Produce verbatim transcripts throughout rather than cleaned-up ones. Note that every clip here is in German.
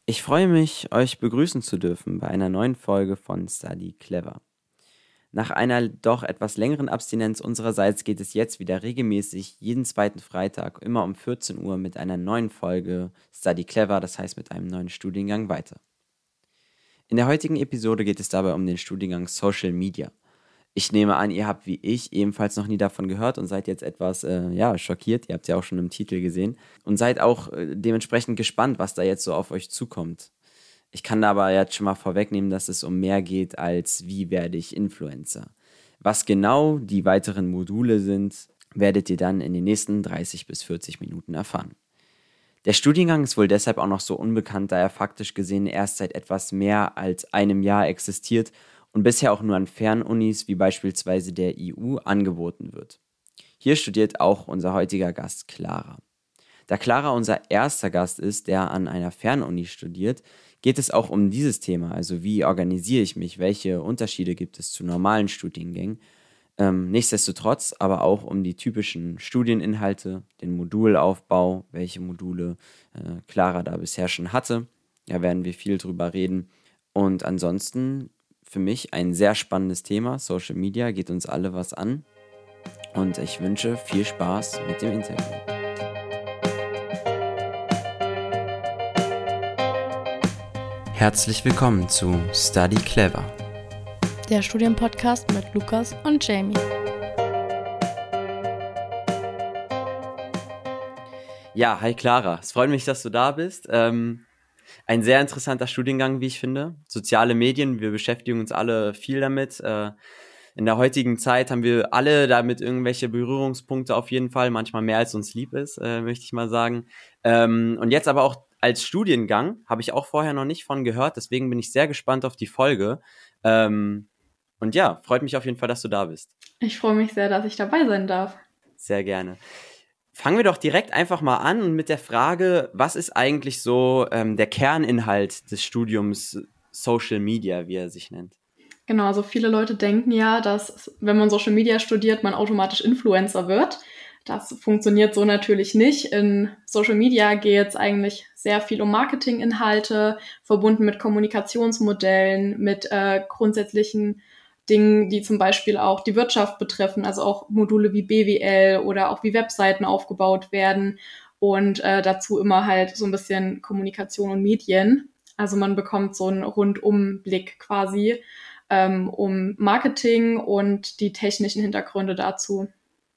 Ich freue mich, euch begrüßen zu dürfen bei einer neuen Folge von Study Clever. Nach einer doch etwas längeren Abstinenz unsererseits geht es jetzt wieder regelmäßig jeden zweiten Freitag immer um vierzehn Uhr mit einer neuen Folge Study Clever, das heißt mit einem neuen Studiengang weiter. In der heutigen Episode geht es dabei um den Studiengang Social Media. Ich nehme an, ihr habt wie ich ebenfalls noch nie davon gehört und seid jetzt etwas äh, ja, schockiert. Ihr habt es ja auch schon im Titel gesehen und seid auch äh, dementsprechend gespannt, was da jetzt so auf euch zukommt. Ich kann da aber jetzt schon mal vorwegnehmen, dass es um mehr geht als wie werde ich Influencer. Was genau die weiteren Module sind, werdet ihr dann in den nächsten dreißig bis vierzig Minuten erfahren. Der Studiengang ist wohl deshalb auch noch so unbekannt, da er faktisch gesehen erst seit etwas mehr als einem Jahr existiert und bisher auch nur an Fernunis wie beispielsweise der I U angeboten wird. Hier studiert auch unser heutiger Gast Clara. Da Clara unser erster Gast ist, der an einer Fernuni studiert, geht es auch um dieses Thema, also wie organisiere ich mich, welche Unterschiede gibt es zu normalen Studiengängen. Ähm, nichtsdestotrotz aber auch um die typischen Studieninhalte, den Modulaufbau, welche Module äh, Clara da bisher schon hatte. Da werden wir viel drüber reden. Und ansonsten für mich ein sehr spannendes Thema. Social Media geht uns alle was an. Und ich wünsche viel Spaß mit dem Interview. Herzlich willkommen zu Study Clever, der Studienpodcast mit Lukas und Jamie. Ja, hi Clara, es freut mich, dass du da bist. Ähm, ein sehr interessanter Studiengang, wie ich finde. Soziale Medien, wir beschäftigen uns alle viel damit. Äh, in der heutigen Zeit haben wir alle damit irgendwelche Berührungspunkte auf jeden Fall, manchmal mehr als uns lieb ist, äh, möchte ich mal sagen. Ähm, und jetzt aber auch als Studiengang, habe ich auch vorher noch nicht von gehört, deswegen bin ich sehr gespannt auf die Folge. Ähm, und ja, freut mich auf jeden Fall, dass du da bist. Ich freue mich sehr, dass ich dabei sein darf. Sehr gerne. Fangen wir doch direkt einfach mal an und mit der Frage, was ist eigentlich so ähm, der Kerninhalt des Studiums Social Media, wie er sich nennt? Genau, also viele Leute denken ja, dass wenn man Social Media studiert, man automatisch Influencer wird. Das funktioniert so natürlich nicht. In Social Media geht es eigentlich sehr viel um Marketinginhalte, verbunden mit Kommunikationsmodellen, mit äh, grundsätzlichen Dingen, die zum Beispiel auch die Wirtschaft betreffen, also auch Module wie B W L oder auch wie Webseiten aufgebaut werden und äh, dazu immer halt so ein bisschen Kommunikation und Medien. Also man bekommt so einen Rundumblick quasi ähm, um Marketing und die technischen Hintergründe dazu.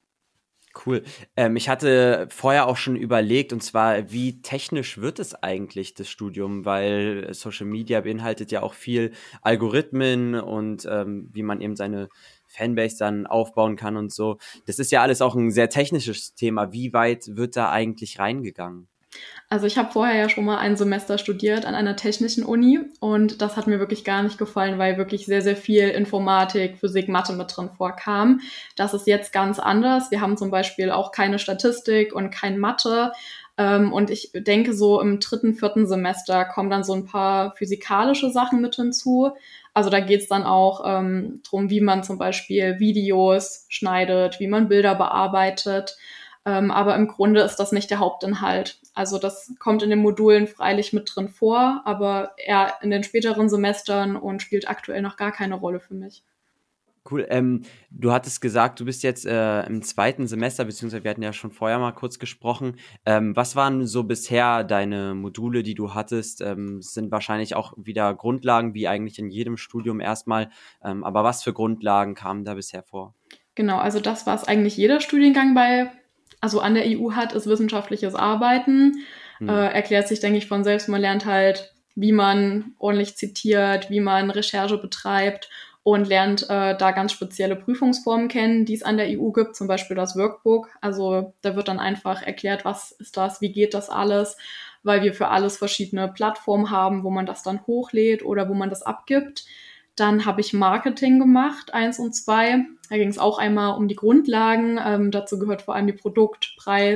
Cool. Ähm, ich hatte vorher auch schon überlegt, und zwar, wie technisch wird es eigentlich, das Studium? Weil Social Media beinhaltet ja auch viel Algorithmen und ähm, wie man eben seine Fanbase dann aufbauen kann und so. Das ist ja alles auch ein sehr technisches Thema. Wie weit wird da eigentlich reingegangen? Also ich habe vorher ja schon mal ein Semester studiert an einer technischen Uni und das hat mir wirklich gar nicht gefallen, weil wirklich sehr, sehr viel Informatik, Physik, Mathe mit drin vorkam. Das ist jetzt ganz anders. Wir haben zum Beispiel auch keine Statistik und kein Mathe. Und ich denke, so im dritten, vierten Semester kommen dann so ein paar physikalische Sachen mit hinzu. Also da geht es dann auch ähm, darum, wie man zum Beispiel Videos schneidet, wie man Bilder bearbeitet. Ähm, aber im Grunde ist das nicht der Hauptinhalt. Also das kommt in den Modulen freilich mit drin vor, aber eher in den späteren Semestern und spielt aktuell noch gar keine Rolle für mich. Cool. Ähm, du hattest gesagt, du bist jetzt äh, im zweiten Semester, beziehungsweise wir hatten ja schon vorher mal kurz gesprochen. Ähm, was waren so bisher deine Module, die du hattest? Ähm, es sind wahrscheinlich auch wieder Grundlagen, wie eigentlich in jedem Studium erstmal. Ähm, aber was für Grundlagen kamen da bisher vor? Genau, also das, was eigentlich jeder Studiengang bei, also an der E U hat, ist wissenschaftliches Arbeiten. Hm. Äh, erklärt sich, denke ich, von selbst. Man lernt halt, wie man ordentlich zitiert, wie man Recherche betreibt und lernt äh, da ganz spezielle Prüfungsformen kennen, die es an der E U gibt, zum Beispiel das Workbook. Also da wird dann einfach erklärt, was ist das, wie geht das alles, weil wir für alles verschiedene Plattformen haben, wo man das dann hochlädt oder wo man das abgibt. Dann habe ich Marketing gemacht, eins und zwei. Da ging es auch einmal um die Grundlagen. Ähm, dazu gehört vor allem die Produkt-, Preis-,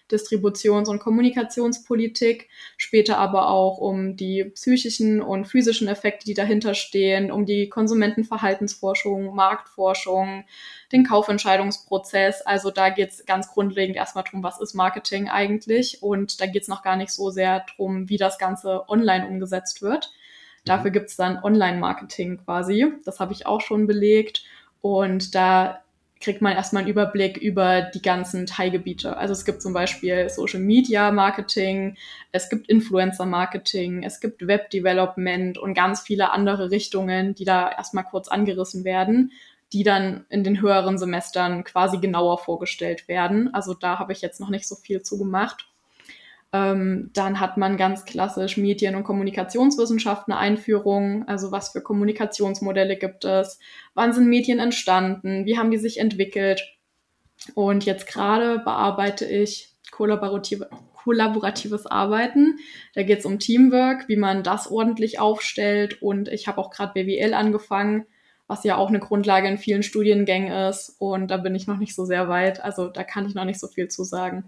Distributions- und Kommunikationspolitik, später aber auch um die psychischen und physischen Effekte, die dahinter stehen, um die Konsumentenverhaltensforschung, Marktforschung, den Kaufentscheidungsprozess. Also da geht es ganz grundlegend erstmal drum, was ist Marketing eigentlich? Und da geht es noch gar nicht so sehr drum, wie das Ganze online umgesetzt wird. Dafür gibt es dann Online-Marketing quasi. Das habe ich auch schon belegt. Und da kriegt man erstmal einen Überblick über die ganzen Teilgebiete. Also es gibt zum Beispiel Social Media Marketing, es gibt Influencer Marketing, es gibt Web Development und ganz viele andere Richtungen, die da erstmal kurz angerissen werden, die dann in den höheren Semestern quasi genauer vorgestellt werden. Also da habe ich jetzt noch nicht so viel zu gemacht. Ähm, dann hat man ganz klassisch Medien- und Kommunikationswissenschaften eine Einführung, also was für Kommunikationsmodelle gibt es, wann sind Medien entstanden, wie haben die sich entwickelt. Und jetzt gerade bearbeite ich kollaborative, kollaboratives Arbeiten. Da geht es um Teamwork, wie man das ordentlich aufstellt. Und ich habe auch gerade B W L angefangen, was ja auch eine Grundlage in vielen Studiengängen ist. Und da bin ich noch nicht so sehr weit. Also da kann ich noch nicht so viel zu sagen.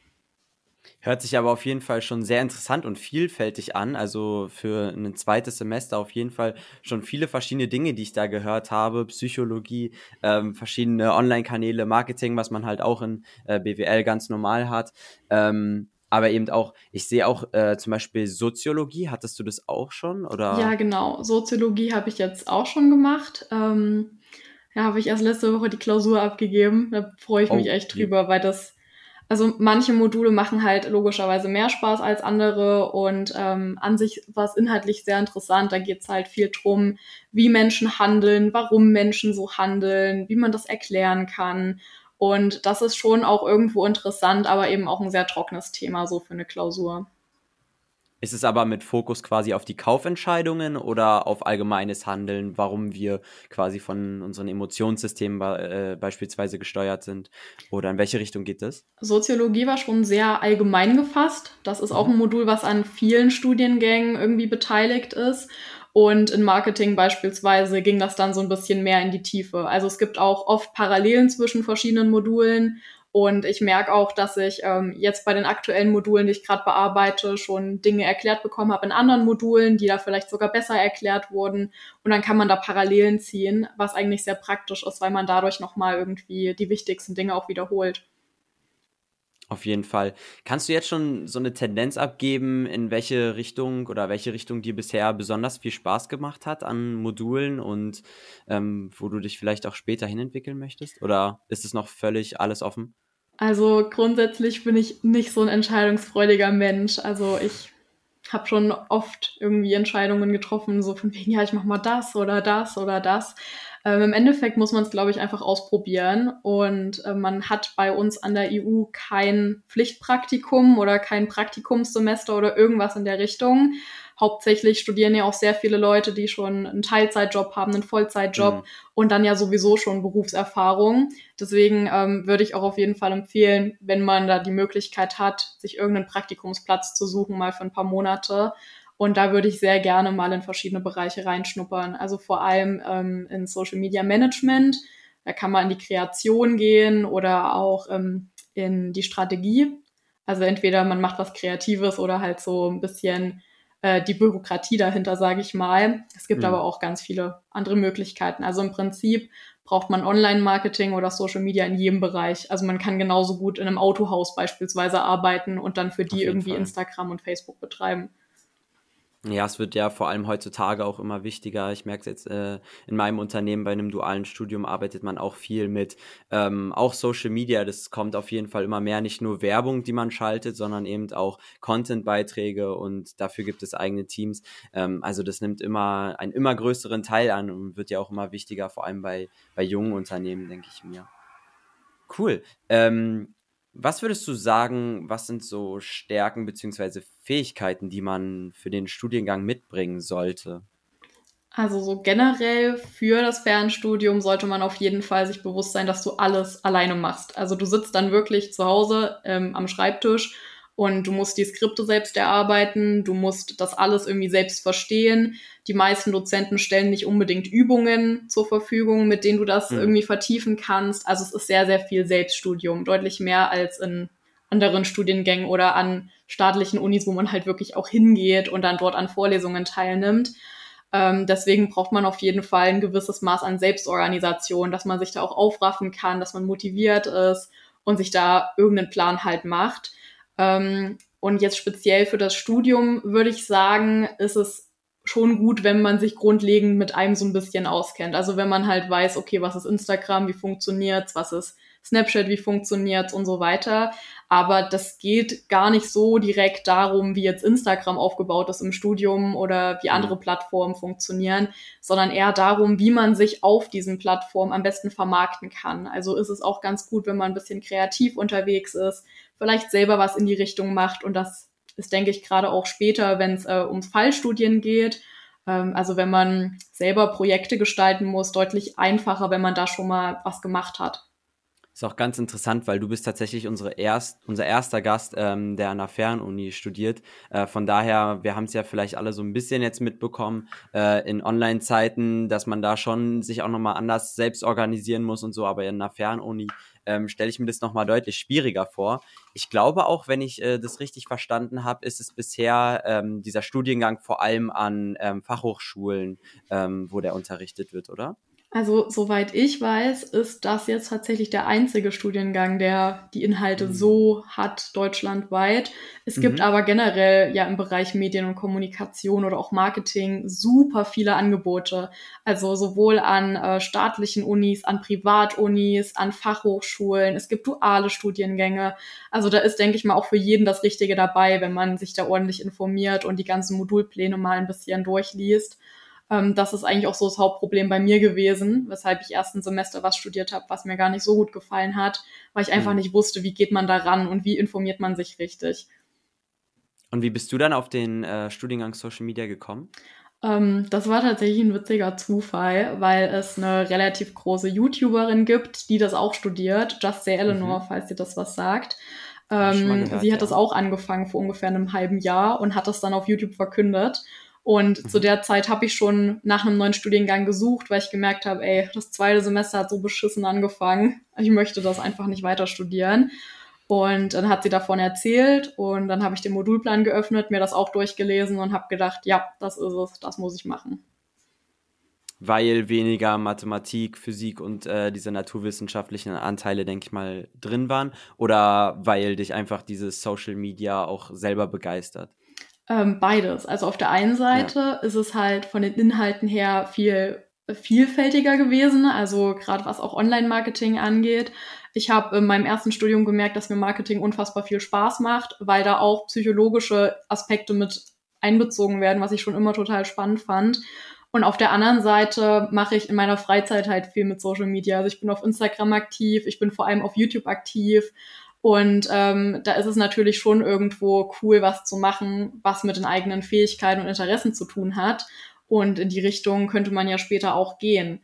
Hört sich aber auf jeden Fall schon sehr interessant und vielfältig an. Also für ein zweites Semester auf jeden Fall schon viele verschiedene Dinge, die ich da gehört habe. Psychologie, ähm, verschiedene Online-Kanäle, Marketing, was man halt auch in äh, B W L ganz normal hat. Ähm, aber eben auch, ich sehe auch äh, zum Beispiel Soziologie. Hattest du das auch schon? Oder? Ja, genau. Soziologie habe ich jetzt auch schon gemacht. Ähm, ja, habe ich erst letzte Woche die Klausur abgegeben. Da freue ich mich Oh, echt wie, drüber, weil das, also manche Module machen halt logischerweise mehr Spaß als andere und ähm, an sich war es inhaltlich sehr interessant. Da geht es halt viel drum, wie Menschen handeln, warum Menschen so handeln, wie man das erklären kann. Und das ist schon auch irgendwo interessant, aber eben auch ein sehr trockenes Thema so für eine Klausur. ist es aber mit Fokus quasi auf die Kaufentscheidungen oder auf allgemeines Handeln, warum wir quasi von unseren Emotionssystemen be- äh, beispielsweise gesteuert sind? Oder in welche Richtung geht das? Soziologie war schon sehr allgemein gefasst. Das ist auch Mhm. ein Modul, was an vielen Studiengängen irgendwie beteiligt ist. Und in Marketing beispielsweise ging das dann so ein bisschen mehr in die Tiefe. Also es gibt auch oft Parallelen zwischen verschiedenen Modulen. Und ich merke auch, dass ich ähm, jetzt bei den aktuellen Modulen, die ich gerade bearbeite, schon Dinge erklärt bekommen habe in anderen Modulen, die da vielleicht sogar besser erklärt wurden. Und dann kann man da Parallelen ziehen, was eigentlich sehr praktisch ist, weil man dadurch nochmal irgendwie die wichtigsten Dinge auch wiederholt. Auf jeden Fall. Kannst du jetzt schon so eine Tendenz abgeben, in welche Richtung oder welche Richtung dir bisher besonders viel Spaß gemacht hat an Modulen und ähm, wo du dich vielleicht auch später hinentwickeln möchtest? Oder ist es noch völlig alles offen? Also grundsätzlich bin ich nicht so ein entscheidungsfreudiger Mensch. Also ich habe schon oft irgendwie Entscheidungen getroffen, so von wegen, ja, ich mach mal das oder das oder das. Ähm, Im Endeffekt muss man es, glaube ich, einfach ausprobieren. Und äh, man hat bei uns an der E U kein Pflichtpraktikum oder kein Praktikumssemester oder irgendwas in der Richtung. Hauptsächlich studieren ja auch sehr viele Leute, die schon einen Teilzeitjob haben, einen Vollzeitjob Hm. und dann ja sowieso schon Berufserfahrung. Deswegen ähm, würde ich auch auf jeden Fall empfehlen, wenn man da die Möglichkeit hat, sich irgendeinen Praktikumsplatz zu suchen, mal für ein paar Monate. Und da würde ich sehr gerne mal in verschiedene Bereiche reinschnuppern. Also vor allem ähm, in Social Media Management. Da kann man in die Kreation gehen oder auch ähm, in die Strategie. Also entweder man macht was Kreatives oder halt so ein bisschen äh, die Bürokratie dahinter, sage ich mal. Es gibt Hm. aber auch ganz viele andere Möglichkeiten. Also im Prinzip braucht man Online-Marketing oder Social Media in jedem Bereich. Also man kann genauso gut in einem Autohaus beispielsweise arbeiten und dann für die Auf jeden irgendwie Fall. Instagram und Facebook betreiben. Ja, es wird ja vor allem heutzutage auch immer wichtiger. Ich merke es jetzt äh, in meinem Unternehmen, bei einem dualen Studium arbeitet man auch viel mit ähm, auch Social Media. Das kommt auf jeden Fall immer mehr, nicht nur Werbung, die man schaltet, sondern eben auch Content-Beiträge und dafür gibt es eigene Teams. Ähm, also das nimmt immer einen immer größeren Teil an und wird ja auch immer wichtiger, vor allem bei, bei jungen Unternehmen, denke ich mir. Cool. Ähm, was würdest du sagen, was sind so Stärken beziehungsweise Fähigkeiten, die man für den Studiengang mitbringen sollte? Also so generell für das Fernstudium sollte man auf jeden Fall sich bewusst sein, dass du alles alleine machst. Also du sitzt dann wirklich zu Hause ähm, am Schreibtisch und du musst die Skripte selbst erarbeiten, du musst das alles irgendwie selbst verstehen. Die meisten Dozenten stellen nicht unbedingt Übungen zur Verfügung, mit denen du das Hm. irgendwie vertiefen kannst. Also es ist sehr, sehr viel Selbststudium, deutlich mehr als in anderen Studiengängen oder an staatlichen Unis, wo man halt wirklich auch hingeht und dann dort an Vorlesungen teilnimmt. Ähm, deswegen braucht man auf jeden Fall ein gewisses Maß an Selbstorganisation, dass man sich da auch aufraffen kann, dass man motiviert ist und sich da irgendeinen Plan halt macht. Ähm, und jetzt speziell für das Studium würde ich sagen, ist es schon gut, wenn man sich grundlegend mit einem so ein bisschen auskennt. Also wenn man halt weiß, okay, was ist Instagram, wie funktioniert's, was ist Snapchat, wie funktioniert's und so weiter. Aber das geht gar nicht so direkt darum, wie jetzt Instagram aufgebaut ist im Studium oder wie andere Plattformen funktionieren, sondern eher darum, wie man sich auf diesen Plattformen am besten vermarkten kann. Also ist es auch ganz gut, wenn man ein bisschen kreativ unterwegs ist, vielleicht selber was in die Richtung macht. Und das ist, denke ich, gerade auch später, wenn es äh, um Fallstudien geht. Ähm, also wenn man selber Projekte gestalten muss, deutlich einfacher, wenn man da schon mal was gemacht hat. Ist auch ganz interessant, weil du bist tatsächlich unsere erst, unser erster Gast, ähm, der an der Fernuni studiert. Äh, von daher, wir haben es ja vielleicht alle so ein bisschen jetzt mitbekommen äh, in Online-Zeiten, dass man da schon sich auch nochmal anders selbst organisieren muss und so, aber in einer Fernuni ähm, stelle ich mir das nochmal deutlich schwieriger vor. Ich glaube auch, wenn ich äh, das richtig verstanden habe, ist es bisher ähm, dieser Studiengang vor allem an ähm, Fachhochschulen, ähm, wo der unterrichtet wird, oder? Also, soweit ich weiß, ist das jetzt tatsächlich der einzige Studiengang, der die Inhalte Mhm. so hat, deutschlandweit. Es gibt Mhm. aber generell ja im Bereich Medien und Kommunikation oder auch Marketing super viele Angebote. Also sowohl an äh, staatlichen Unis, an Privatunis, an Fachhochschulen. Es gibt duale Studiengänge. Also da ist, denke ich mal, auch für jeden das Richtige dabei, wenn man sich da ordentlich informiert und die ganzen Modulpläne mal ein bisschen durchliest. Ähm, das ist eigentlich auch so das Hauptproblem bei mir gewesen, weshalb ich erst ein Semester was studiert habe, was mir gar nicht so gut gefallen hat, weil ich einfach Mhm. nicht wusste, wie geht man da ran und wie informiert man sich richtig. Und wie bist du dann auf den äh, Studiengang Social Media gekommen? Ähm, das war tatsächlich ein witziger Zufall, weil es eine relativ große YouTuberin gibt, die das auch studiert, Just Say Eleanor, Mhm. falls dir das was sagt. Habe ich schon mal Ähm, gehört, sie hat das ja. auch angefangen vor ungefähr einem halben Jahr und hat das dann auf YouTube verkündet. Und Mhm. zu der Zeit habe ich schon nach einem neuen Studiengang gesucht, weil ich gemerkt habe, ey, das zweite Semester hat so beschissen angefangen. Ich möchte das einfach nicht weiter studieren. Und dann hat sie davon erzählt und dann habe ich den Modulplan geöffnet, mir das auch durchgelesen und habe gedacht, ja, das ist es, das muss ich machen. Weil weniger Mathematik, Physik und äh, diese naturwissenschaftlichen Anteile, denke ich mal, drin waren? Oder weil dich einfach dieses Social Media auch selber begeistert? Ähm, beides. Also auf der einen Ja. Seite ist es halt von den Inhalten her viel vielfältiger gewesen, also gerade was auch Online-Marketing angeht. Ich habe in meinem ersten Studium gemerkt, dass mir Marketing unfassbar viel Spaß macht, weil da auch psychologische Aspekte mit einbezogen werden, was ich schon immer total spannend fand. Und auf der anderen Seite mache ich in meiner Freizeit halt viel mit Social Media. Also ich bin auf Instagram aktiv, ich bin vor allem auf YouTube aktiv. Und ähm, da ist es natürlich schon irgendwo cool, was zu machen, was mit den eigenen Fähigkeiten und Interessen zu tun hat. Und in die Richtung könnte man ja später auch gehen.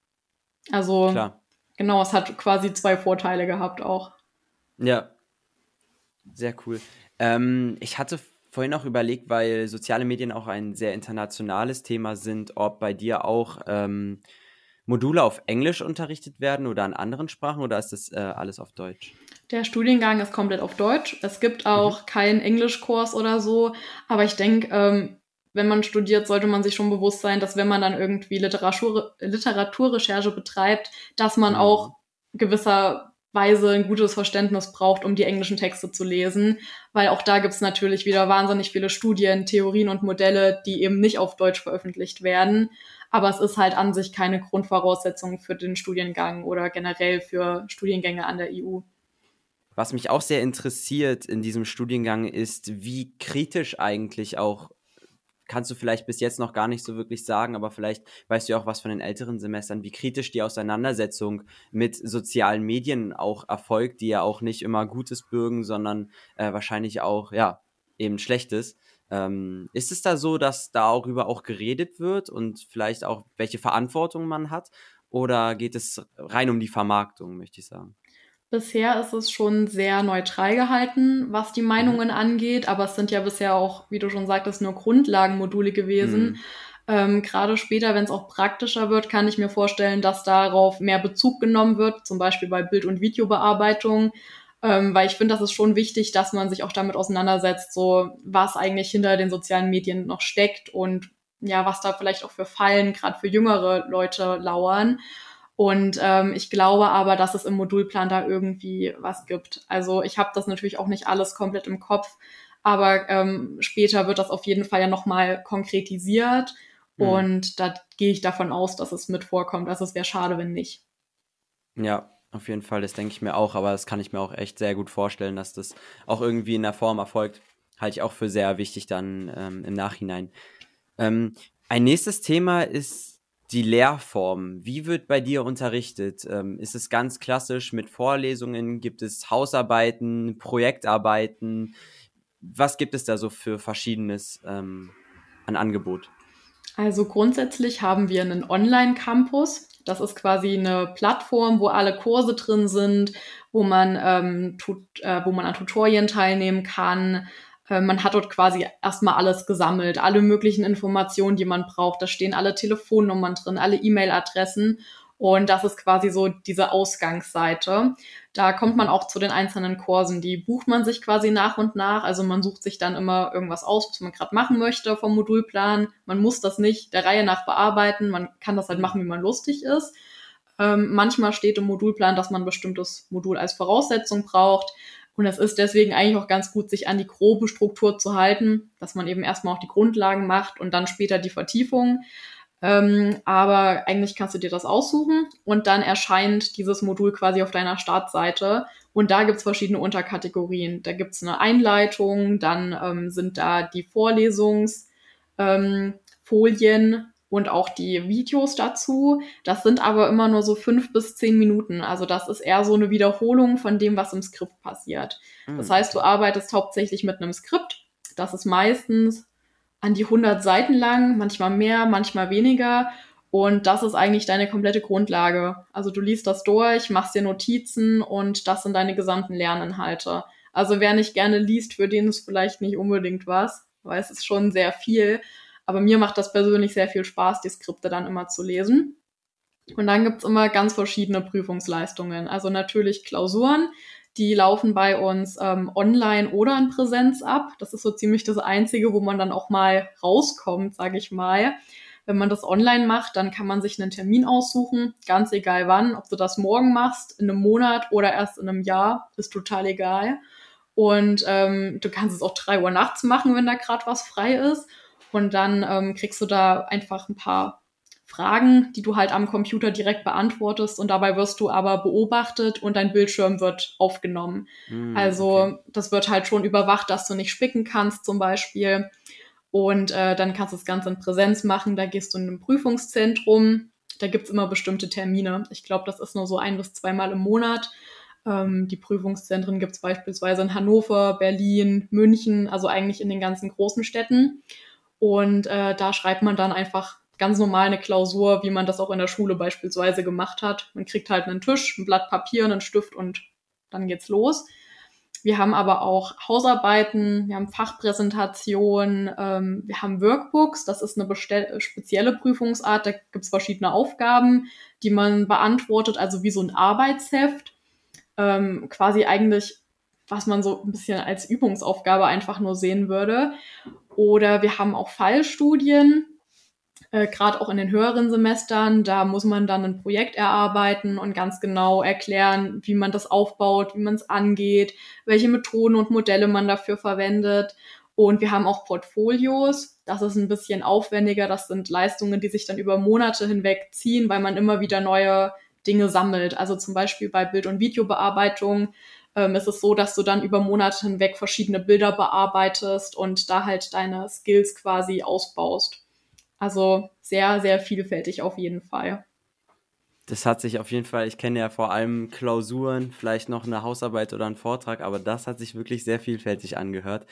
Also Klar. genau, es hat quasi zwei Vorteile gehabt auch. Ja, sehr cool. Ähm, ich hatte vorhin auch überlegt, weil soziale Medien auch ein sehr internationales Thema sind, ob bei dir auch ähm, Module auf Englisch unterrichtet werden oder in anderen Sprachen oder ist das äh, alles auf Deutsch? Der Studiengang ist komplett auf Deutsch. Es gibt Mhm. auch keinen Englischkurs oder so. Aber ich denke, ähm, wenn man studiert, sollte man sich schon bewusst sein, dass wenn man dann irgendwie Literatur, Literaturrecherche betreibt, dass man Mhm. auch gewisserweise ein gutes Verständnis braucht, um die englischen Texte zu lesen. Weil auch da gibt's natürlich wieder wahnsinnig viele Studien, Theorien und Modelle, die eben nicht auf Deutsch veröffentlicht werden. Aber es ist halt an sich keine Grundvoraussetzung für den Studiengang oder generell für Studiengänge an der E U. Was mich auch sehr interessiert in diesem Studiengang ist, wie kritisch eigentlich auch, kannst du vielleicht bis jetzt noch gar nicht so wirklich sagen, aber vielleicht weißt du ja auch was von den älteren Semestern, wie kritisch die Auseinandersetzung mit sozialen Medien auch erfolgt, die ja auch nicht immer Gutes bürgen, sondern äh, wahrscheinlich auch, ja, eben Schlechtes. Ähm, ist es da so, dass darüber auch geredet wird und vielleicht auch, welche Verantwortung man hat? Oder geht es rein um die Vermarktung, möchte ich sagen? Bisher ist es schon sehr neutral gehalten, was die Mhm. Meinungen angeht, aber es sind ja bisher auch, wie du schon sagtest, nur Grundlagenmodule gewesen. Mhm. Ähm, gerade später, wenn es auch praktischer wird, kann ich mir vorstellen, dass darauf mehr Bezug genommen wird, zum Beispiel bei Bild- und Videobearbeitung. Ähm, weil ich finde, das ist schon wichtig, dass man sich auch damit auseinandersetzt, so was eigentlich hinter den sozialen Medien noch steckt und ja, was da vielleicht auch für Fallen gerade für jüngere Leute lauern. Und ähm, ich glaube aber, dass es im Modulplan da irgendwie was gibt. Also ich habe das natürlich auch nicht alles komplett im Kopf, aber ähm, später wird das auf jeden Fall ja nochmal konkretisiert. Mhm. Und da gehe ich davon aus, dass es mit vorkommt. Also es wäre schade, wenn nicht. Ja, auf jeden Fall, das denke ich mir auch, aber das kann ich mir auch echt sehr gut vorstellen, dass das auch irgendwie in der Form erfolgt. Halte ich auch für sehr wichtig dann ähm, im Nachhinein. Ähm, ein nächstes Thema ist die Lehrform. Wie wird bei dir unterrichtet? Ähm, ist es ganz klassisch mit Vorlesungen? Gibt es Hausarbeiten, Projektarbeiten? Was gibt es da so für Verschiedenes ähm, an Angebot? Also grundsätzlich haben wir einen Online-Campus. Das ist quasi eine Plattform, wo alle Kurse drin sind, wo man, ähm, tut, äh, wo man an Tutorien teilnehmen kann. Äh, man hat dort quasi erstmal alles gesammelt, alle möglichen Informationen, die man braucht. Da stehen alle Telefonnummern drin, alle E-Mail-Adressen. Und das ist quasi so diese Ausgangsseite. Da kommt man auch zu den einzelnen Kursen. Die bucht man sich quasi nach und nach. Also man sucht sich dann immer irgendwas aus, was man gerade machen möchte vom Modulplan. Man muss das nicht der Reihe nach bearbeiten. Man kann das halt machen, wie man lustig ist. Ähm, manchmal steht im Modulplan, dass man ein bestimmtes Modul als Voraussetzung braucht. Und es ist deswegen eigentlich auch ganz gut, sich an die grobe Struktur zu halten, dass man eben erstmal auch die Grundlagen macht und dann später die Vertiefung. Ähm, aber eigentlich kannst du dir das aussuchen und dann erscheint dieses Modul quasi auf deiner Startseite und da gibt's verschiedene Unterkategorien. Da gibt's eine Einleitung, dann ähm, sind da die Vorlesungsfolien ähm, Folien und auch die Videos dazu. Das sind aber immer nur so fünf bis zehn Minuten. Also das ist eher so eine Wiederholung von dem, was im Skript passiert. Das heißt, du arbeitest hauptsächlich mit einem Skript. Das ist meistens an die hundert Seiten lang, manchmal mehr, manchmal weniger. Und das ist eigentlich deine komplette Grundlage. Also du liest das durch, machst dir Notizen und das sind deine gesamten Lerninhalte. Also wer nicht gerne liest, für den ist vielleicht nicht unbedingt was, weil es ist schon sehr viel. Aber mir macht das persönlich sehr viel Spaß, die Skripte dann immer zu lesen. Und dann gibt's immer ganz verschiedene Prüfungsleistungen. Also natürlich Klausuren, die laufen bei uns ähm, online oder in Präsenz ab. Das ist so ziemlich das Einzige, wo man dann auch mal rauskommt, sage ich mal. Wenn man das online macht, dann kann man sich einen Termin aussuchen, ganz egal wann. Ob du das morgen machst, in einem Monat oder erst in einem Jahr, ist total egal. Und ähm, du kannst es auch drei Uhr nachts machen, wenn da gerade was frei ist. Und dann ähm, kriegst du da einfach ein paar Fragen, die du halt am Computer direkt beantwortest und dabei wirst du aber beobachtet und dein Bildschirm wird aufgenommen. Mm, also okay. das wird halt schon überwacht, dass du nicht spicken kannst zum Beispiel. Und äh, dann kannst du das Ganze in Präsenz machen. Da gehst du in ein Prüfungszentrum. Da gibt's immer bestimmte Termine. Ich glaube, das ist nur so ein bis zweimal im Monat. Ähm, die Prüfungszentren gibt's beispielsweise in Hannover, Berlin, München, also eigentlich in den ganzen großen Städten. Und äh, da schreibt man dann einfach ganz normal eine Klausur, wie man das auch in der Schule beispielsweise gemacht hat. Man kriegt halt einen Tisch, ein Blatt Papier, einen Stift und dann geht's los. Wir haben aber auch Hausarbeiten, wir haben Fachpräsentationen, ähm, wir haben Workbooks, das ist eine bestell- spezielle Prüfungsart, da gibt's verschiedene Aufgaben, die man beantwortet, also wie so ein Arbeitsheft, ähm, quasi eigentlich, was man so ein bisschen als Übungsaufgabe einfach nur sehen würde. Oder wir haben auch Fallstudien, äh, gerade auch in den höheren Semestern, da muss man dann ein Projekt erarbeiten und ganz genau erklären, wie man das aufbaut, wie man es angeht, welche Methoden und Modelle man dafür verwendet. Und wir haben auch Portfolios. Das ist ein bisschen aufwendiger. Das sind Leistungen, die sich dann über Monate hinweg ziehen, weil man immer wieder neue Dinge sammelt. Also zum Beispiel bei Bild- und Videobearbeitung ähm, ist es so, dass du dann über Monate hinweg verschiedene Bilder bearbeitest und da halt deine Skills quasi ausbaust. Also sehr, sehr vielfältig auf jeden Fall. Das hat sich auf jeden Fall, ich kenne ja vor allem Klausuren, vielleicht noch eine Hausarbeit oder einen Vortrag, aber das hat sich wirklich sehr vielfältig angehört.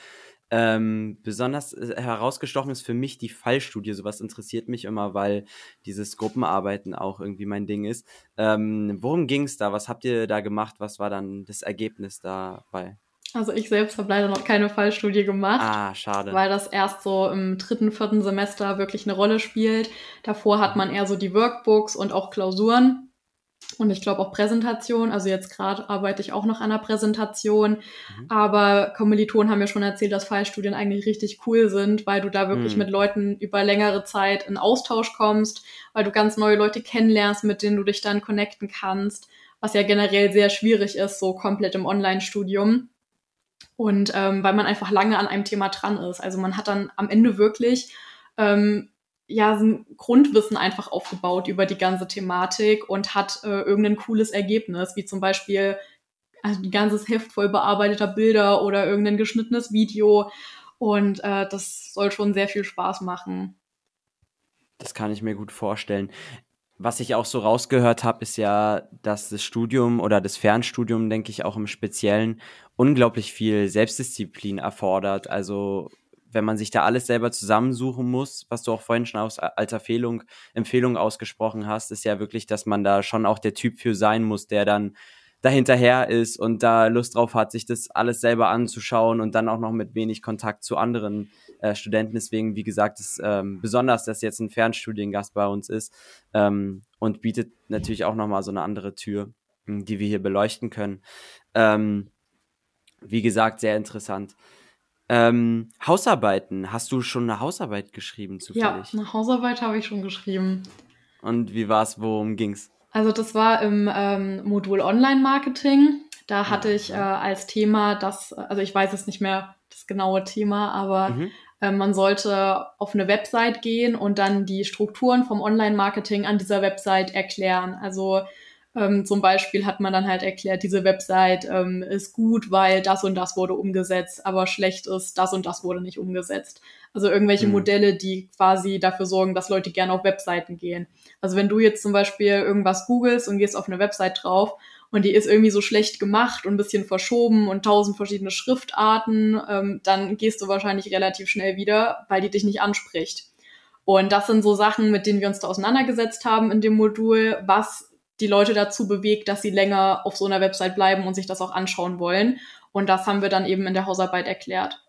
Ähm, besonders äh, herausgestochen ist für mich die Fallstudie. Sowas interessiert mich immer, weil dieses Gruppenarbeiten auch irgendwie mein Ding ist. Ähm, worum ging es da? Was habt ihr da gemacht? Was war dann das Ergebnis dabei? Also ich selbst habe leider noch keine Fallstudie gemacht, Ah, schade. weil das erst so im dritten, vierten Semester wirklich eine Rolle spielt. Davor hat man eher so die Workbooks und auch Klausuren. Und ich glaube auch Präsentation, also jetzt gerade arbeite ich auch noch an einer Präsentation, Mhm. aber Kommilitonen haben mir schon erzählt, dass Fallstudien eigentlich richtig cool sind, weil du da wirklich Mhm. mit Leuten über längere Zeit in Austausch kommst, weil du ganz neue Leute kennenlernst, mit denen du dich dann connecten kannst, was ja generell sehr schwierig ist, so komplett im Online-Studium. Und ähm, weil man einfach lange an einem Thema dran ist. Also man hat dann am Ende wirklich ähm, ja so ein Grundwissen einfach aufgebaut über die ganze Thematik und hat äh, irgendein cooles Ergebnis, wie zum Beispiel also ein ganzes Heft voll bearbeiteter Bilder oder irgendein geschnittenes Video. Und äh, das soll schon sehr viel Spaß machen. Das kann ich mir gut vorstellen. Was ich auch so rausgehört habe, ist ja, dass das Studium oder das Fernstudium, denke ich, auch im Speziellen unglaublich viel Selbstdisziplin erfordert. Also wenn man sich da alles selber zusammensuchen muss, was du auch vorhin schon aus, als Empfehlung, Empfehlung ausgesprochen hast, ist ja wirklich, dass man da schon auch der Typ für sein muss, der dann dahinterher ist und da Lust drauf hat, sich das alles selber anzuschauen und dann auch noch mit wenig Kontakt zu anderen äh, Studenten. Deswegen, wie gesagt, ist ähm, besonders, dass jetzt ein Fernstudiengast bei uns ist ähm, und bietet natürlich auch nochmal so eine andere Tür, die wir hier beleuchten können. Ähm, wie gesagt, sehr interessant. Ähm, Hausarbeiten. Hast du schon eine Hausarbeit geschrieben, Ja, zufällig? eine Hausarbeit habe ich schon geschrieben. Und wie war's? Worum ging's? Also das war im ähm, Modul Online-Marketing. Da hatte ich äh, Aha. als Thema das, also ich weiß es nicht mehr, das genaue Thema, aber Mhm. äh, man sollte auf eine Website gehen und dann die Strukturen vom Online-Marketing an dieser Website erklären. Also ähm, zum Beispiel hat man dann halt erklärt, diese Website ähm, ist gut, weil das und das wurde umgesetzt, aber schlecht ist, das und das wurde nicht umgesetzt. Also irgendwelche Mhm. Modelle, die quasi dafür sorgen, dass Leute gerne auf Webseiten gehen. Also wenn du jetzt zum Beispiel irgendwas googelst und gehst auf eine Website drauf und die ist irgendwie so schlecht gemacht und ein bisschen verschoben und tausend verschiedene Schriftarten, ähm, dann gehst du wahrscheinlich relativ schnell wieder, weil die dich nicht anspricht. Und das sind so Sachen, mit denen wir uns da auseinandergesetzt haben in dem Modul, was die Leute dazu bewegt, dass sie länger auf so einer Website bleiben und sich das auch anschauen wollen. Und das haben wir dann eben in der Hausarbeit erklärt.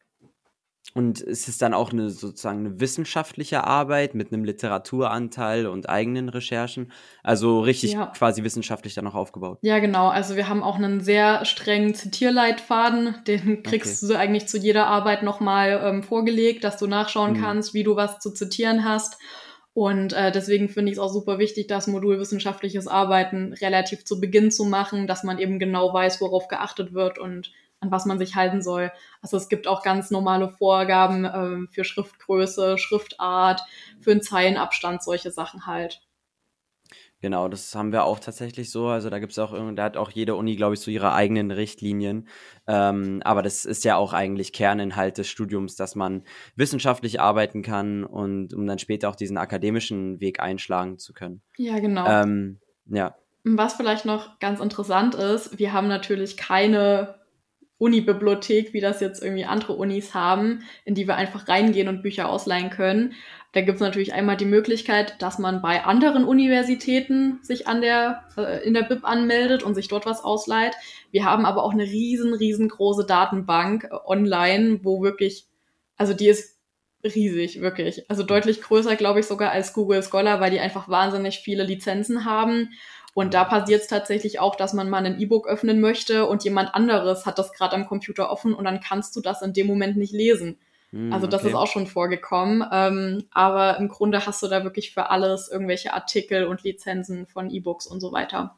Und ist es dann auch eine sozusagen eine wissenschaftliche Arbeit mit einem Literaturanteil und eigenen Recherchen? Also richtig Ja. quasi wissenschaftlich dann auch aufgebaut? Ja, genau. Also wir haben auch einen sehr strengen Zitierleitfaden. Den Okay. kriegst du eigentlich zu jeder Arbeit nochmal ähm, vorgelegt, dass du nachschauen Mhm. kannst, wie du was zu zitieren hast. Und äh, deswegen finde ich es auch super wichtig, das Modul wissenschaftliches Arbeiten relativ zu Beginn zu machen, dass man eben genau weiß, worauf geachtet wird und an was man sich halten soll. Also es gibt auch ganz normale Vorgaben ähm, für Schriftgröße, Schriftart, für einen Zeilenabstand, solche Sachen halt. Genau, das haben wir auch tatsächlich so. Also da gibt's auch irgend da hat auch jede Uni, glaube ich, so ihre eigenen Richtlinien. Ähm, aber das ist ja auch eigentlich Kerninhalt des Studiums, dass man wissenschaftlich arbeiten kann und um dann später auch diesen akademischen Weg einschlagen zu können. Ja, genau. Ähm, ja. Was vielleicht noch ganz interessant ist, wir haben natürlich keine Uni-Bibliothek, wie das jetzt irgendwie andere Unis haben, in die wir einfach reingehen und Bücher ausleihen können. Da gibt es natürlich einmal die Möglichkeit, dass man bei anderen Universitäten sich an der, äh, in der Bib anmeldet und sich dort was ausleiht. Wir haben aber auch eine riesen, riesengroße Datenbank äh, online, wo wirklich, also die ist riesig, wirklich. Also deutlich größer, glaube ich, sogar als Google Scholar, weil die einfach wahnsinnig viele Lizenzen haben. Und da Ah, passiert es krass. tatsächlich auch, dass man mal ein E-Book öffnen möchte und jemand anderes hat das gerade am Computer offen und dann kannst du das in dem Moment nicht lesen. Also Hm, das ist okay. auch schon vorgekommen. Ähm, aber im Grunde hast du da wirklich für alles irgendwelche Artikel und Lizenzen von E-Books und so weiter.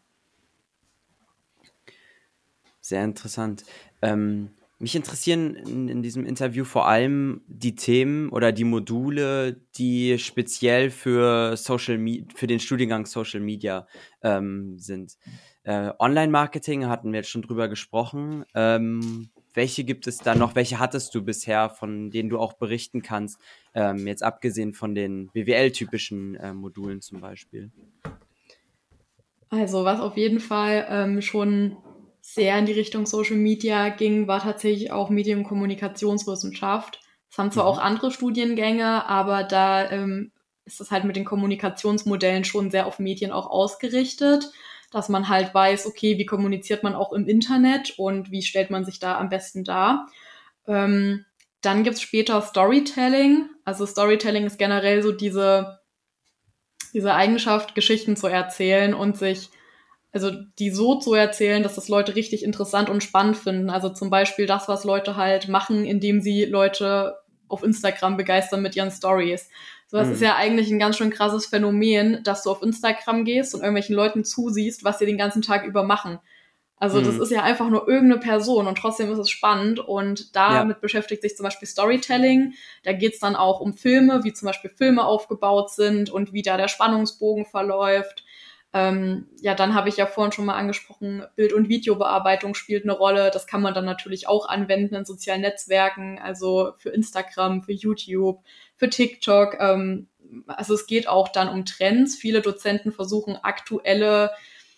Sehr interessant. Ähm, mich interessieren in, in diesem Interview vor allem die Themen oder die Module, die speziell für Social Me für den Studiengang Social Media ähm, sind. Äh, Online-Marketing hatten wir jetzt schon drüber gesprochen. Ähm, welche gibt es da noch? Welche hattest du bisher, von denen du auch berichten kannst? Ähm, jetzt abgesehen von den B W L-typischen äh, Modulen zum Beispiel. Also was auf jeden Fall ähm, schon sehr in die Richtung Social Media ging, war tatsächlich auch Medien- und Kommunikationswissenschaft. Das haben zwar auch Mhm. andere Studiengänge, aber da ähm, ist es halt mit den Kommunikationsmodellen schon sehr auf Medien auch ausgerichtet, dass man halt weiß, okay, wie kommuniziert man auch im Internet und wie stellt man sich da am besten dar. Ähm, Dann gibt's später Storytelling. Also Storytelling ist generell so diese diese Eigenschaft, Geschichten zu erzählen und sich also die so zu erzählen, dass das Leute richtig interessant und spannend finden. Also zum Beispiel das, was Leute halt machen, indem sie Leute auf Instagram begeistern mit ihren Stories. So, das mhm. ist ja eigentlich ein ganz schön krasses Phänomen, dass du auf Instagram gehst und irgendwelchen Leuten zusiehst, was sie den ganzen Tag über machen. Also mhm. das ist ja einfach nur irgendeine Person und trotzdem ist es spannend und damit ja. beschäftigt sich zum Beispiel Storytelling. Da geht's dann auch um Filme, wie zum Beispiel Filme aufgebaut sind und wie da der Spannungsbogen verläuft. Ähm, ja, dann habe ich ja vorhin schon mal angesprochen, Bild- und Videobearbeitung spielt eine Rolle. Das kann man dann natürlich auch anwenden in sozialen Netzwerken, also für Instagram, für YouTube, für TikTok. Ähm, also es geht auch dann um Trends. Viele Dozenten versuchen aktuelle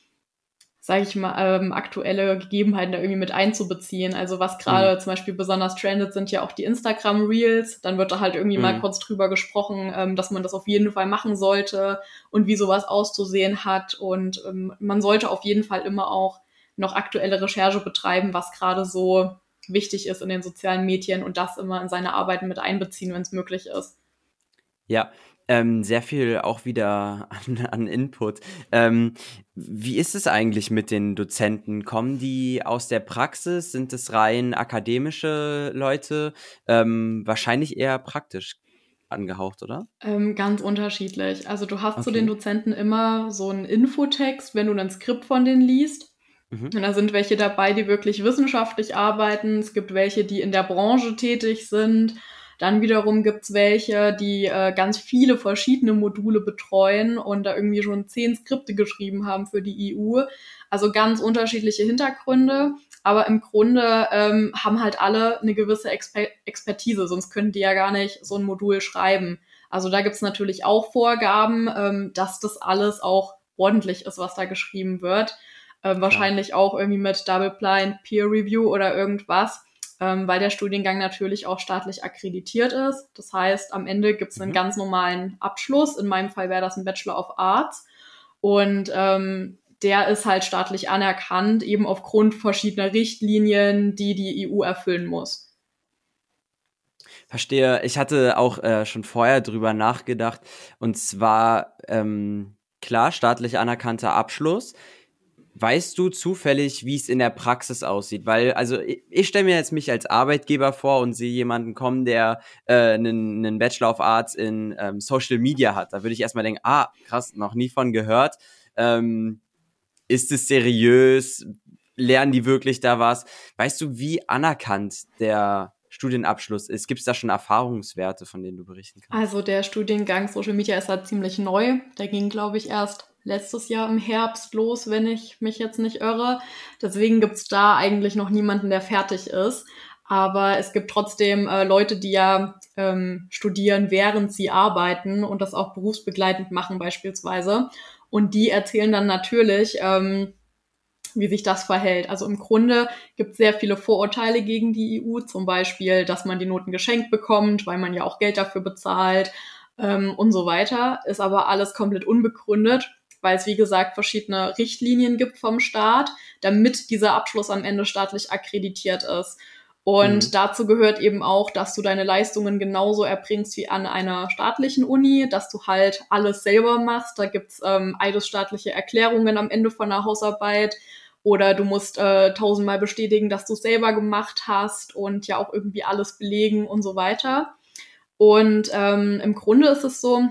sage ich mal, ähm, aktuelle Gegebenheiten da irgendwie mit einzubeziehen. Also was gerade mhm. zum Beispiel besonders trendet, sind ja auch die Instagram-Reels. Dann wird da halt irgendwie mhm. mal kurz drüber gesprochen, ähm, dass man das auf jeden Fall machen sollte und wie sowas auszusehen hat. Und ähm, man sollte auf jeden Fall immer auch noch aktuelle Recherche betreiben, was gerade so wichtig ist in den sozialen Medien und das immer in seine Arbeiten mit einbeziehen, wenn es möglich ist. Ja, ähm, sehr viel auch wieder an, an Input. Ähm, wie ist es eigentlich mit den Dozenten? Kommen die aus der Praxis? Sind es rein akademische Leute? Ähm, wahrscheinlich eher praktisch angehaucht, oder? Ähm, ganz unterschiedlich. Also du hast okay. zu den Dozenten immer so einen Infotext, wenn du ein Skript von denen liest. Mhm. Und da sind welche dabei, die wirklich wissenschaftlich arbeiten. Es gibt welche, die in der Branche tätig sind. Dann wiederum gibt's welche, die äh, ganz viele verschiedene Module betreuen und da irgendwie schon zehn Skripte geschrieben haben für die E U. Also ganz unterschiedliche Hintergründe. Aber im Grunde ähm, haben halt alle eine gewisse Exper- Expertise, sonst könnten die ja gar nicht so ein Modul schreiben. Also da gibt's natürlich auch Vorgaben, ähm, dass das alles auch ordentlich ist, was da geschrieben wird. Ähm, wahrscheinlich auch irgendwie mit Double-Blind Peer Review oder irgendwas. Ähm, weil der Studiengang natürlich auch staatlich akkreditiert ist. Das heißt, am Ende gibt es einen mhm. ganz normalen Abschluss. In meinem Fall wäre das ein Bachelor of Arts. Und ähm, der ist halt staatlich anerkannt, eben aufgrund verschiedener Richtlinien, die die E U erfüllen muss. Verstehe. Ich hatte auch äh, schon vorher drüber nachgedacht. Und zwar, ähm, klar, staatlich anerkannter Abschluss. Weißt du zufällig, wie es in der Praxis aussieht? Weil, also ich, ich stelle mir jetzt mich als Arbeitgeber vor und sehe jemanden kommen, der äh, einen, einen Bachelor of Arts in ähm, Social Media hat. Da würde ich erstmal denken, ah, krass, noch nie von gehört. Ähm, ist es seriös? Lernen die wirklich da was? Weißt du, wie anerkannt der Studienabschluss ist? Gibt es da schon Erfahrungswerte, von denen du berichten kannst? Also der Studiengang Social Media ist halt ziemlich neu. Der ging, glaube ich, erst letztes Jahr im Herbst los, wenn ich mich jetzt nicht irre. Deswegen gibt's da eigentlich noch niemanden, der fertig ist. Aber es gibt trotzdem äh, Leute, die ja ähm, studieren, während sie arbeiten und das auch berufsbegleitend machen beispielsweise. Und die erzählen dann natürlich, ähm, wie sich das verhält. Also im Grunde gibt es sehr viele Vorurteile gegen die E U, zum Beispiel, dass man die Noten geschenkt bekommt, weil man ja auch Geld dafür bezahlt ähm, und so weiter. Ist aber alles komplett unbegründet, weil es, wie gesagt, verschiedene Richtlinien gibt vom Staat, damit dieser Abschluss am Ende staatlich akkreditiert ist. Und mhm. dazu gehört eben auch, dass du deine Leistungen genauso erbringst wie an einer staatlichen Uni, dass du halt alles selber machst. Da gibt's ähm, eidesstaatliche Erklärungen am Ende von der Hausarbeit. Oder du musst äh, tausendmal bestätigen, dass du es selber gemacht hast und ja auch irgendwie alles belegen und so weiter. Und ähm, im Grunde ist es so,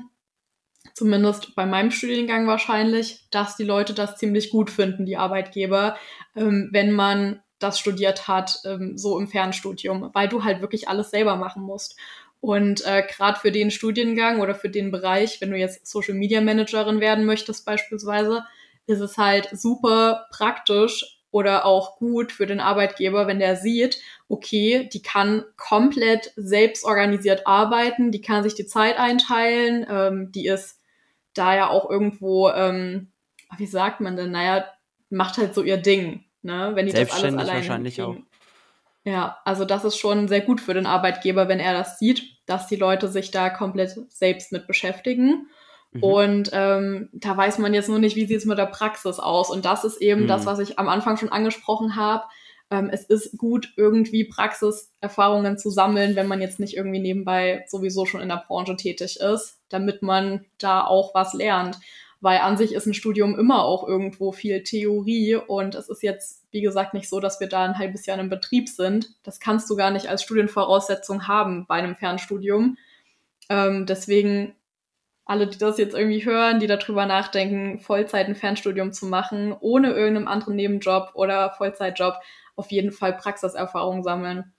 zumindest bei meinem Studiengang wahrscheinlich, dass die Leute das ziemlich gut finden, die Arbeitgeber, ähm, wenn man das studiert hat, ähm, so im Fernstudium, weil du halt wirklich alles selber machen musst. Und äh, gerade für den Studiengang oder für den Bereich, wenn du jetzt Social Media Managerin werden möchtest beispielsweise, ist es halt super praktisch oder auch gut für den Arbeitgeber, wenn der sieht, okay, die kann komplett selbstorganisiert arbeiten, die kann sich die Zeit einteilen, ähm, die ist da ja auch irgendwo, ähm, wie sagt man denn, naja, macht halt so ihr Ding, ne, wenn die das alles alleine wahrscheinlich kriegen. auch. Ja, also das ist schon sehr gut für den Arbeitgeber, wenn er das sieht, dass die Leute sich da komplett selbst mit beschäftigen. Mhm. Und ähm, da weiß man jetzt nur nicht, wie sieht es mit der Praxis aus. Und das ist eben mhm. das, was ich am Anfang schon angesprochen habe. Ähm, es ist gut, irgendwie Praxiserfahrungen zu sammeln, wenn man jetzt nicht irgendwie nebenbei sowieso schon in der Branche tätig ist, damit man da auch was lernt. weil an sich ist ein Studium immer auch irgendwo viel Theorie und es ist jetzt, wie gesagt, nicht so, dass wir da ein halbes Jahr in einem Betrieb sind. Das kannst du gar nicht als Studienvoraussetzung haben bei einem Fernstudium. Ähm, deswegen alle, die das jetzt irgendwie hören, die darüber nachdenken, Vollzeit ein Fernstudium zu machen, ohne irgendeinen anderen Nebenjob oder Vollzeitjob, auf jeden Fall Praxiserfahrung sammeln.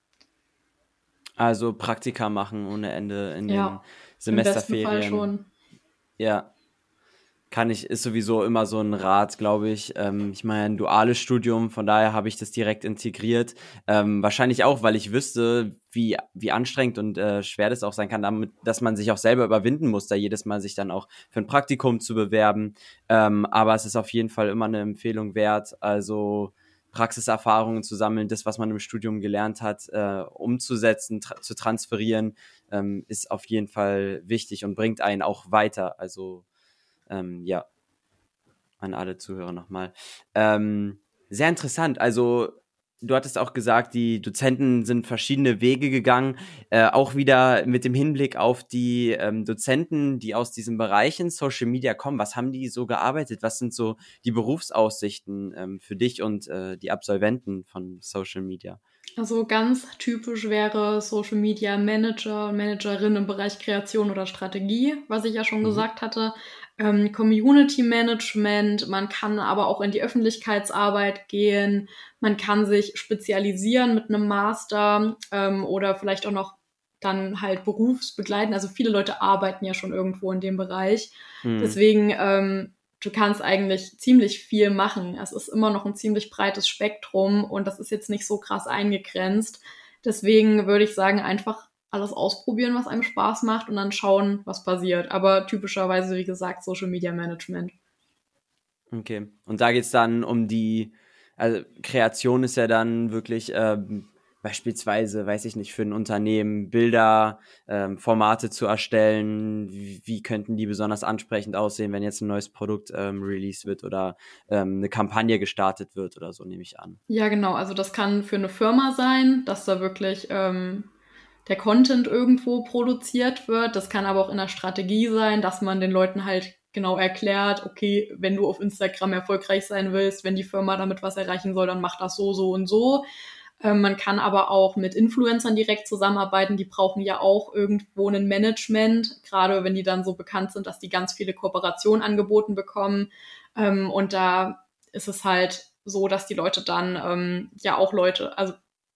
Also Praktika machen ohne Ende in Ja, den im besten Fall Semesterferien. schon. Ja, kann ich, ist sowieso immer so ein Rat, glaube ich. Ähm, ich meine, ein duales Studium, von daher habe ich das direkt integriert. Ähm, wahrscheinlich auch, weil ich wüsste, wie, wie anstrengend und äh, schwer das auch sein kann, damit, dass man sich auch selber überwinden muss, da jedes Mal sich dann auch für ein Praktikum zu bewerben. Ähm, aber es ist auf jeden Fall immer eine Empfehlung wert, also Praxiserfahrungen zu sammeln, das, was man im Studium gelernt hat, äh, umzusetzen, tra- zu transferieren, ähm, ist auf jeden Fall wichtig und bringt einen auch weiter. Also ähm, ja, an alle Zuhörer nochmal. Ähm, sehr interessant. Also, du hattest auch gesagt, die Dozenten sind verschiedene Wege gegangen. Äh, auch wieder mit dem Hinblick auf die ähm, Dozenten, die aus diesen Bereichen Social Media kommen. Was haben die so gearbeitet? Was sind so die Berufsaussichten ähm, für dich und äh, die Absolventen von Social Media? Also ganz typisch wäre Social Media Manager und Managerin im Bereich Kreation oder Strategie, was ich ja schon Mhm. gesagt hatte. Ähm, Community Management, man kann aber auch in die Öffentlichkeitsarbeit gehen, man kann sich spezialisieren mit einem Master ähm, oder vielleicht auch noch dann halt berufsbegleiten. Also viele Leute arbeiten ja schon irgendwo in dem Bereich. Mhm. Deswegen ähm, du kannst eigentlich ziemlich viel machen. Es ist immer noch ein ziemlich breites Spektrum und das ist jetzt nicht so krass eingegrenzt. Deswegen würde ich sagen, einfach alles ausprobieren, was einem Spaß macht und dann schauen, was passiert. Aber typischerweise, wie gesagt, Social Media Management. Okay. Und da geht's dann um die, also Kreation ist ja dann wirklich ähm, beispielsweise, weiß ich nicht, für ein Unternehmen Bilder, ähm, Formate zu erstellen. Wie, wie könnten die besonders ansprechend aussehen, wenn jetzt ein neues Produkt ähm, released wird oder ähm, eine Kampagne gestartet wird oder so, nehme ich an. Ja, genau. Also das kann für eine Firma sein, dass da wirklich ähm, der Content irgendwo produziert wird. Das kann aber auch in der Strategie sein, dass man den Leuten halt genau erklärt, okay, wenn du auf Instagram erfolgreich sein willst, wenn die Firma damit was erreichen soll, dann mach das so, so und so. Ähm, man kann aber auch mit Influencern direkt zusammenarbeiten. Die brauchen ja auch irgendwo ein Management, gerade wenn die dann so bekannt sind, dass die ganz viele Kooperationen angeboten bekommen. Ähm, und da ist es halt so, dass die Leute dann ähm, ja auch Leute, also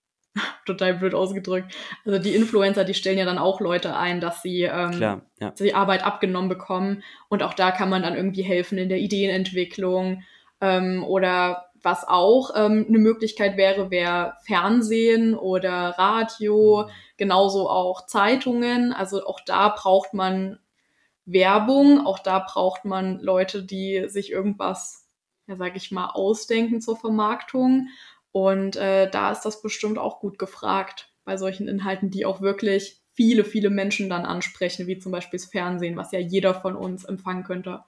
total blöd ausgedrückt, also die Influencer, die stellen ja dann auch Leute ein, dass sie ähm, Klar, ja. die Arbeit abgenommen bekommen und auch da kann man dann irgendwie helfen in der Ideenentwicklung ähm, oder was auch ähm, eine Möglichkeit wäre, wäre Fernsehen oder Radio, genauso auch Zeitungen, also auch da braucht man Werbung, auch da braucht man Leute, die sich irgendwas, ja sag ich mal, ausdenken zur Vermarktung. Und äh, da ist das bestimmt auch gut gefragt bei solchen Inhalten, die auch wirklich viele, viele Menschen dann ansprechen, wie zum Beispiel das Fernsehen, was ja jeder von uns empfangen könnte.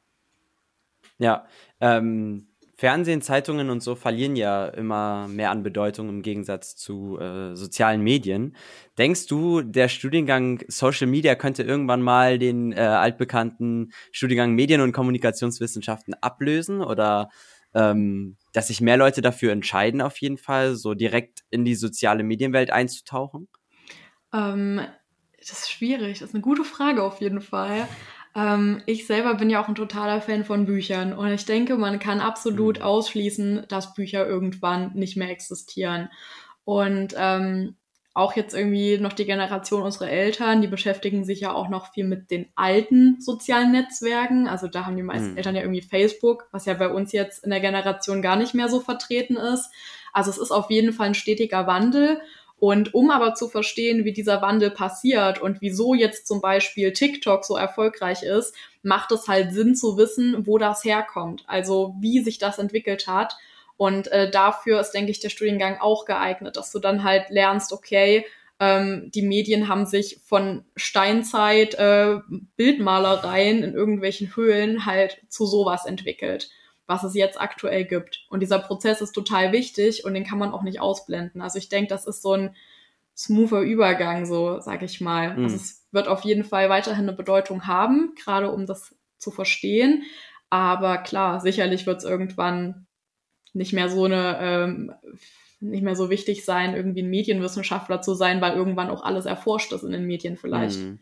Ja, ähm, Fernsehen, Zeitungen und so verlieren ja immer mehr an Bedeutung im Gegensatz zu äh, sozialen Medien. Denkst du, der Studiengang Social Media könnte irgendwann mal den äh, altbekannten Studiengang Medien- und Kommunikationswissenschaften ablösen oder ähm, dass sich mehr Leute dafür entscheiden, auf jeden Fall so direkt in die soziale Medienwelt einzutauchen? Ähm, das ist schwierig, das ist eine gute Frage auf jeden Fall. Ähm, ich selber bin ja auch ein totaler Fan von Büchern und ich denke, man kann absolut Hm. ausschließen, dass Bücher irgendwann nicht mehr existieren. Und ähm, auch jetzt irgendwie noch die Generation unserer Eltern, die beschäftigen sich ja auch noch viel mit den alten sozialen Netzwerken. Also da haben die meisten Hm. Eltern ja irgendwie Facebook, was ja bei uns jetzt in der Generation gar nicht mehr so vertreten ist. Also es ist auf jeden Fall ein stetiger Wandel. Und um aber zu verstehen, wie dieser Wandel passiert und wieso jetzt zum Beispiel TikTok so erfolgreich ist, macht es halt Sinn zu wissen, wo das herkommt, also wie sich das entwickelt hat. Und äh, dafür ist, denke ich, der Studiengang auch geeignet, dass du dann halt lernst, okay, ähm, die Medien haben sich von Steinzeit äh, Bildmalereien in irgendwelchen Höhlen halt zu sowas entwickelt, was es jetzt aktuell gibt. Und dieser Prozess ist total wichtig und den kann man auch nicht ausblenden. Also ich denke, das ist so ein smoother Übergang, so sag ich mal. Also Hm. es wird auf jeden Fall weiterhin eine Bedeutung haben, gerade um das zu verstehen. Aber klar, sicherlich wird es irgendwann nicht mehr so eine, ähm, nicht mehr so wichtig sein, irgendwie ein Medienwissenschaftler zu sein, weil irgendwann auch alles erforscht ist in den Medien vielleicht. Mhm.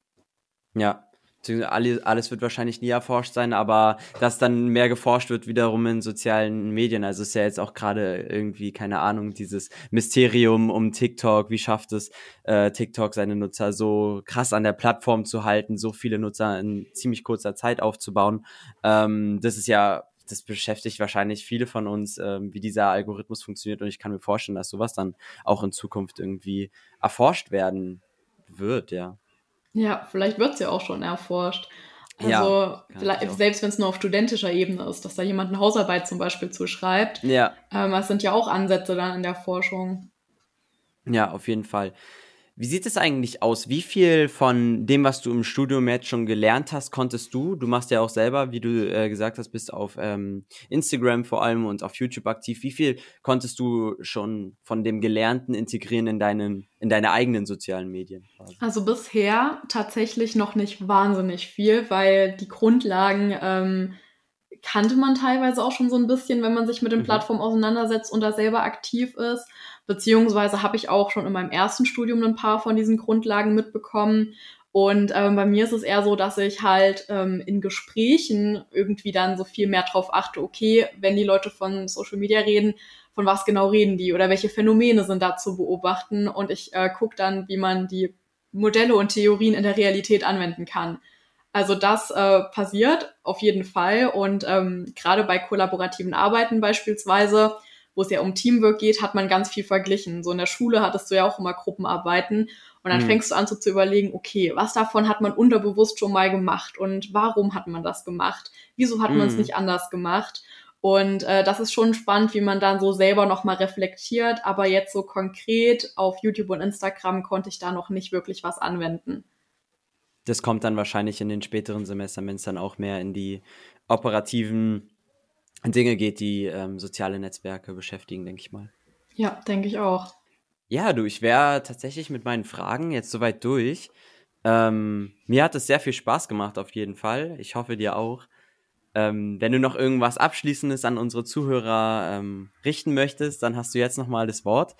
Ja, beziehungsweise alle- alles wird wahrscheinlich nie erforscht sein, aber dass dann mehr geforscht wird wiederum in sozialen Medien. Also ist ja jetzt auch gerade irgendwie, keine Ahnung, dieses Mysterium um TikTok. Wie schafft es äh, TikTok, seine Nutzer so krass an der Plattform zu halten, so viele Nutzer in ziemlich kurzer Zeit aufzubauen? Ähm, das ist ja, das beschäftigt wahrscheinlich viele von uns, ähm, wie dieser Algorithmus funktioniert. Und ich kann mir vorstellen, dass sowas dann auch in Zukunft irgendwie erforscht werden wird, ja. Ja, vielleicht wird es ja auch schon erforscht. Ja, Also kann natürlich vielleicht, auch. selbst wenn es nur auf studentischer Ebene ist, dass da jemand eine Hausarbeit zum Beispiel zuschreibt. Ja, Ähm, das sind ja auch Ansätze dann in der Forschung. ja, auf jeden Fall. Wie sieht es eigentlich aus? Wie viel von dem, was du im Studium jetzt schon gelernt hast, konntest du? Du machst ja auch selber, wie du äh, gesagt hast, bist auf ähm, Instagram vor allem und auf YouTube aktiv. Wie viel konntest du schon von dem Gelernten integrieren in deinen, in deine eigenen sozialen Medien quasi? Also bisher tatsächlich noch nicht wahnsinnig viel, weil die Grundlagen ähm, kannte man teilweise auch schon so ein bisschen, wenn man sich mit den Mhm. Plattformen auseinandersetzt und da selber aktiv ist. Beziehungsweise habe ich auch schon in meinem ersten Studium ein paar von diesen Grundlagen mitbekommen. Und ähm, bei mir ist es eher so, dass ich halt ähm, in Gesprächen irgendwie dann so viel mehr drauf achte, okay, wenn die Leute von Social Media reden, von was genau reden die oder welche Phänomene sind da zu beobachten. Und ich äh, gucke dann, wie man die Modelle und Theorien in der Realität anwenden kann. Also das äh, passiert auf jeden Fall und ähm, gerade bei kollaborativen Arbeiten beispielsweise, wo es ja um Teamwork geht, hat man ganz viel verglichen. So in der Schule hattest du ja auch immer Gruppenarbeiten und dann Mhm. fängst du an so zu überlegen, okay, was davon hat man unterbewusst schon mal gemacht und warum hat man das gemacht? Wieso hat man es Mhm. nicht anders gemacht? Und äh, das ist schon spannend, wie man dann so selber nochmal reflektiert, aber jetzt so konkret auf YouTube und Instagram konnte ich da noch nicht wirklich was anwenden. Das kommt dann wahrscheinlich in den späteren Semestern, wenn es dann auch mehr in die operativen Dinge geht, die ähm, soziale Netzwerke beschäftigen, denke ich mal. Ja, denke ich auch. Ja, du, ich wäre tatsächlich mit meinen Fragen jetzt soweit durch. Ähm, mir hat es sehr viel Spaß gemacht, auf jeden Fall. Ich hoffe, dir auch. Ähm, wenn du noch irgendwas Abschließendes an unsere Zuhörer ähm, richten möchtest, dann hast du jetzt nochmal das Wort.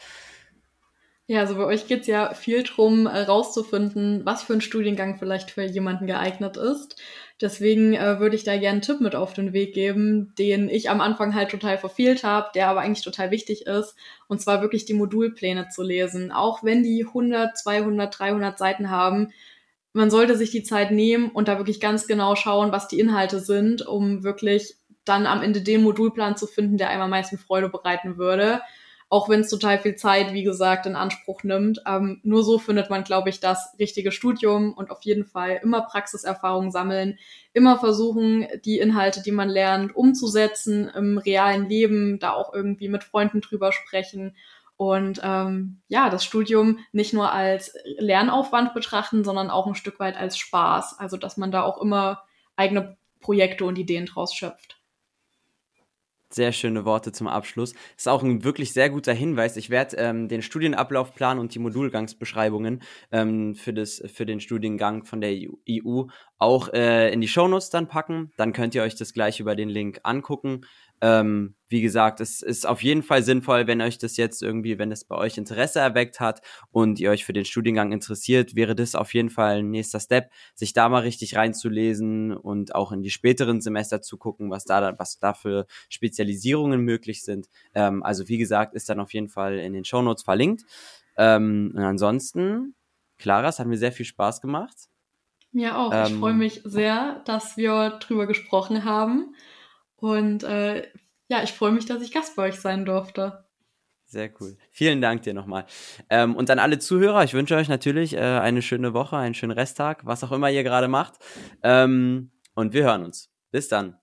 Ja, also bei euch geht's ja viel drum, äh, rauszufinden, was für ein Studiengang vielleicht für jemanden geeignet ist. Deswegen äh, würde ich da gerne einen Tipp mit auf den Weg geben, den ich am Anfang halt total verfehlt habe, der aber eigentlich total wichtig ist. Und zwar wirklich die Modulpläne zu lesen. Auch wenn die hundert, zweihundert, dreihundert Seiten haben, man sollte sich die Zeit nehmen und da wirklich ganz genau schauen, was die Inhalte sind, um wirklich dann am Ende den Modulplan zu finden, der einem am meisten Freude bereiten würde. Auch wenn es total viel Zeit, wie gesagt, in Anspruch nimmt. Ähm, nur so findet man, glaube ich, das richtige Studium und auf jeden Fall immer Praxiserfahrung sammeln, immer versuchen, die Inhalte, die man lernt, umzusetzen im realen Leben, da auch irgendwie mit Freunden drüber sprechen und ähm, ja, das Studium nicht nur als Lernaufwand betrachten, sondern auch ein Stück weit als Spaß. Also dass man da auch immer eigene Projekte und Ideen draus schöpft. Sehr schöne Worte zum Abschluss. Ist auch ein wirklich sehr guter Hinweis. Ich werde ähm, den Studienablaufplan und die Modulgangsbeschreibungen ähm, für, das, für den Studiengang von der E U auch äh, in die Shownotes dann packen. Dann könnt ihr euch das gleich über den Link angucken. Ähm, wie gesagt, es ist auf jeden Fall sinnvoll, wenn euch das jetzt irgendwie, wenn es bei euch Interesse erweckt hat und ihr euch für den Studiengang interessiert, wäre das auf jeden Fall ein nächster Step, sich da mal richtig reinzulesen und auch in die späteren Semester zu gucken, was da, was da für Spezialisierungen möglich sind. Ähm, also wie gesagt, ist dann auf jeden Fall in den Shownotes verlinkt. Ähm, und ansonsten, Clara, es hat mir sehr viel Spaß gemacht. Mir auch. Ich freue Ähm, mich sehr, dass wir drüber gesprochen haben. Und äh, ja, ich freue mich, dass ich Gast bei euch sein durfte. Sehr cool. Vielen Dank dir nochmal. Ähm, und an alle Zuhörer, ich wünsche euch natürlich äh, eine schöne Woche, einen schönen Resttag, was auch immer ihr gerade macht. Ähm, und wir hören uns. Bis dann.